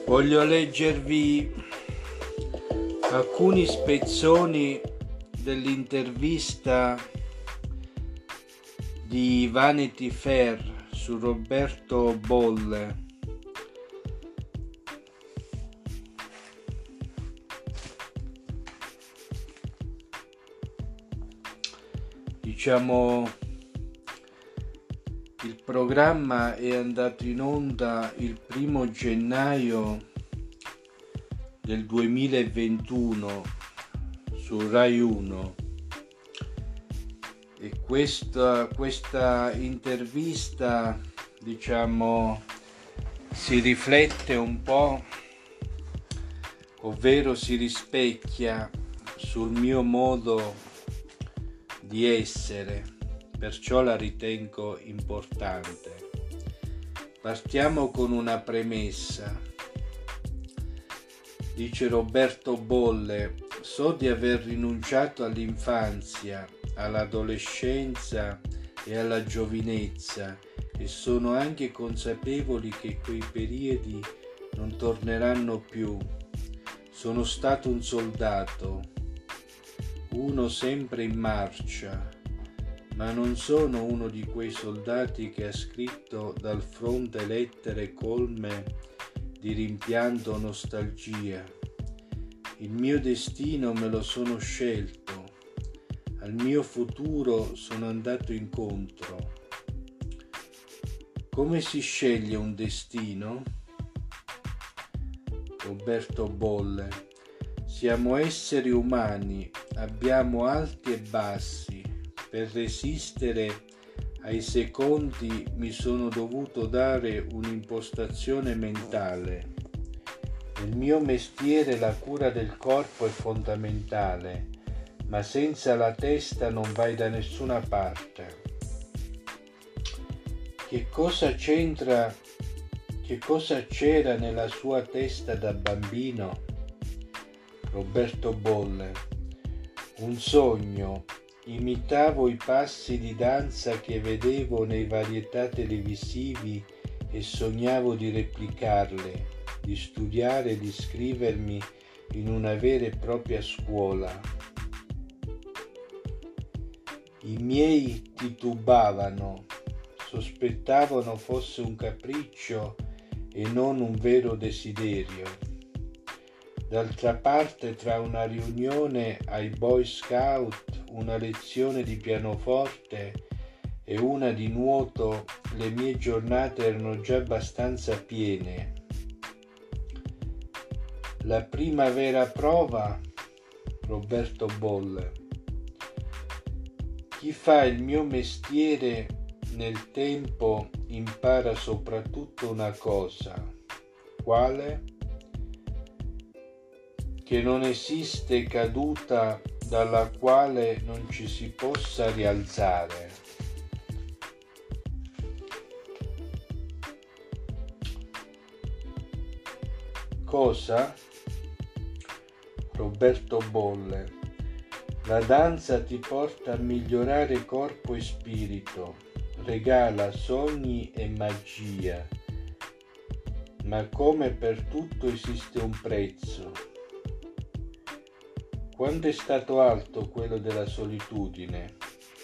Voglio leggervi alcuni spezzoni dell'intervista di Vanity Fair su Roberto Bolle. Il programma è andato in onda il 1 gennaio del 2021 su Rai 1 e questa intervista si riflette un po', ovvero si rispecchia sul mio modo di essere, perciò la ritengo importante. Partiamo con una premessa. Dice Roberto Bolle: so di aver rinunciato all'infanzia, all'adolescenza e alla giovinezza e sono anche consapevole che quei periodi non torneranno più. Sono stato un soldato, uno sempre in marcia, ma non sono uno di quei soldati che ha scritto dal fronte lettere colme di rimpianto o nostalgia. Il mio destino me lo sono scelto, al mio futuro sono andato incontro. Come si sceglie un destino? Roberto Bolle: siamo esseri umani, abbiamo alti e bassi. Per resistere ai secondi mi sono dovuto dare un'impostazione mentale. Nel mio mestiere la cura del corpo è fondamentale, ma senza la testa non vai da nessuna parte. Che cosa c'era nella sua testa da bambino? Roberto Bolle: un sogno. Imitavo i passi di danza che vedevo nei varietà televisivi e sognavo di replicarle, di studiare e di iscrivermi in una vera e propria scuola. I miei titubavano, sospettavano fosse un capriccio e non un vero desiderio. D'altra parte, tra una riunione ai Boy Scout, una lezione di pianoforte e una di nuoto, le mie giornate erano già abbastanza piene. La prima vera prova? Roberto Bolle: chi fa il mio mestiere nel tempo impara soprattutto una cosa. Quale? Che non esiste caduta dalla quale non ci si possa rialzare. Cosa? Roberto Bolle: la danza ti porta a migliorare corpo e spirito, regala sogni e magia, ma come per tutto esiste un prezzo. Quanto è stato alto quello della solitudine?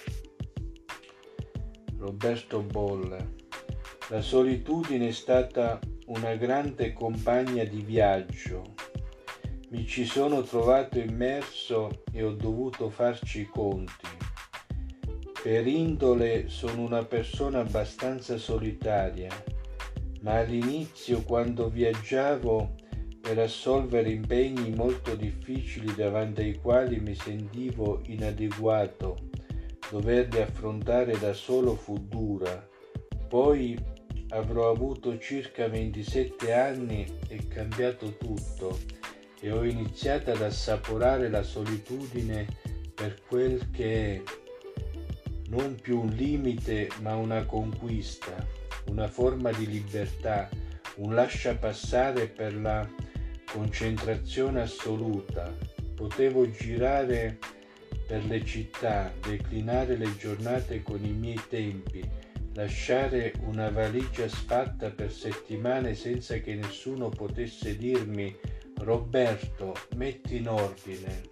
Roberto Bolle: la solitudine è stata una grande compagna di viaggio. Mi ci sono trovato immerso e ho dovuto farci i conti. Per indole sono una persona abbastanza solitaria, ma all'inizio, quando viaggiavo per assolvere impegni molto difficili davanti ai quali mi sentivo inadeguato, doverli affrontare da solo fu dura. Poi avrò avuto circa 27 anni e cambiato tutto e ho iniziato ad assaporare la solitudine per quel che è, non più un limite ma una conquista, una forma di libertà, un lasciapassare per la concentrazione assoluta. Potevo girare per le città, declinare le giornate con i miei tempi, lasciare una valigia sfatta per settimane senza che nessuno potesse dirmi: Roberto, metti in ordine.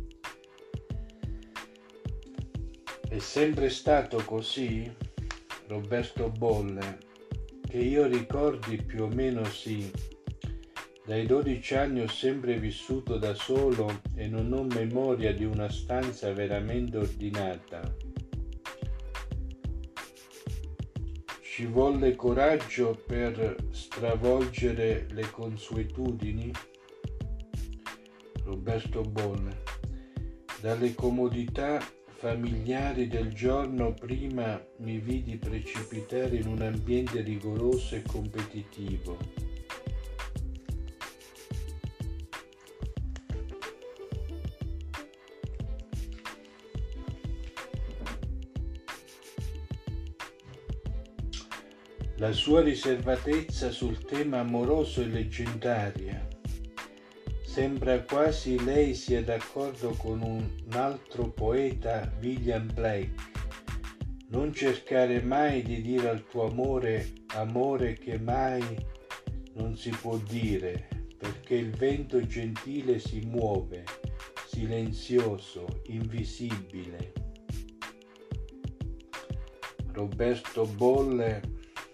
È sempre stato così, Roberto Bolle, che io ricordi più o meno sì. Dai 12 anni ho sempre vissuto da solo e non ho memoria di una stanza veramente ordinata. Ci volle coraggio per stravolgere le consuetudini? Roberto Bolle. Dalle comodità familiari del giorno prima mi vidi precipitare in un ambiente rigoroso e competitivo. La sua riservatezza sul tema amoroso è leggendaria. Sembra quasi lei sia d'accordo con un altro poeta, William Blake. Non cercare mai di dire al tuo amore amore che mai non si può dire, perché il vento gentile si muove, silenzioso, invisibile. Roberto Bolle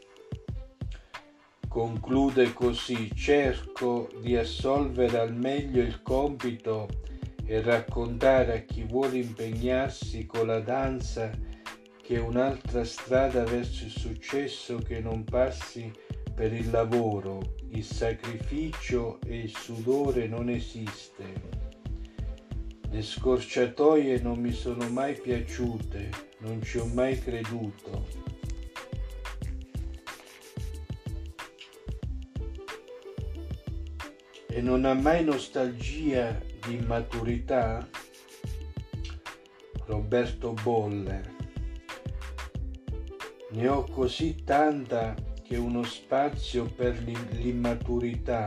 conclude così: cerco di assolvere al meglio il compito e raccontare a chi vuole impegnarsi con la danza che un'altra strada verso il successo che non passi per il lavoro, il sacrificio e il sudore non esiste. Le scorciatoie non mi sono mai piaciute, non ci ho mai creduto. E non ha mai nostalgia di immaturità? Roberto Bolle. Ne ho così tanta che uno spazio per l'immaturità,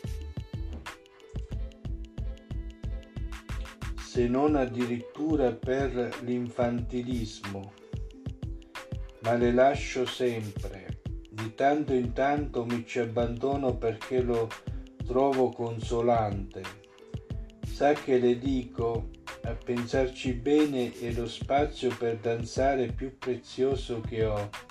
se non addirittura per l'infantilismo, ma le lascio sempre. Di tanto in tanto mi ci abbandono perché lo trovo consolante. Sa che le dico, a pensarci bene è lo spazio per danzare più prezioso che ho.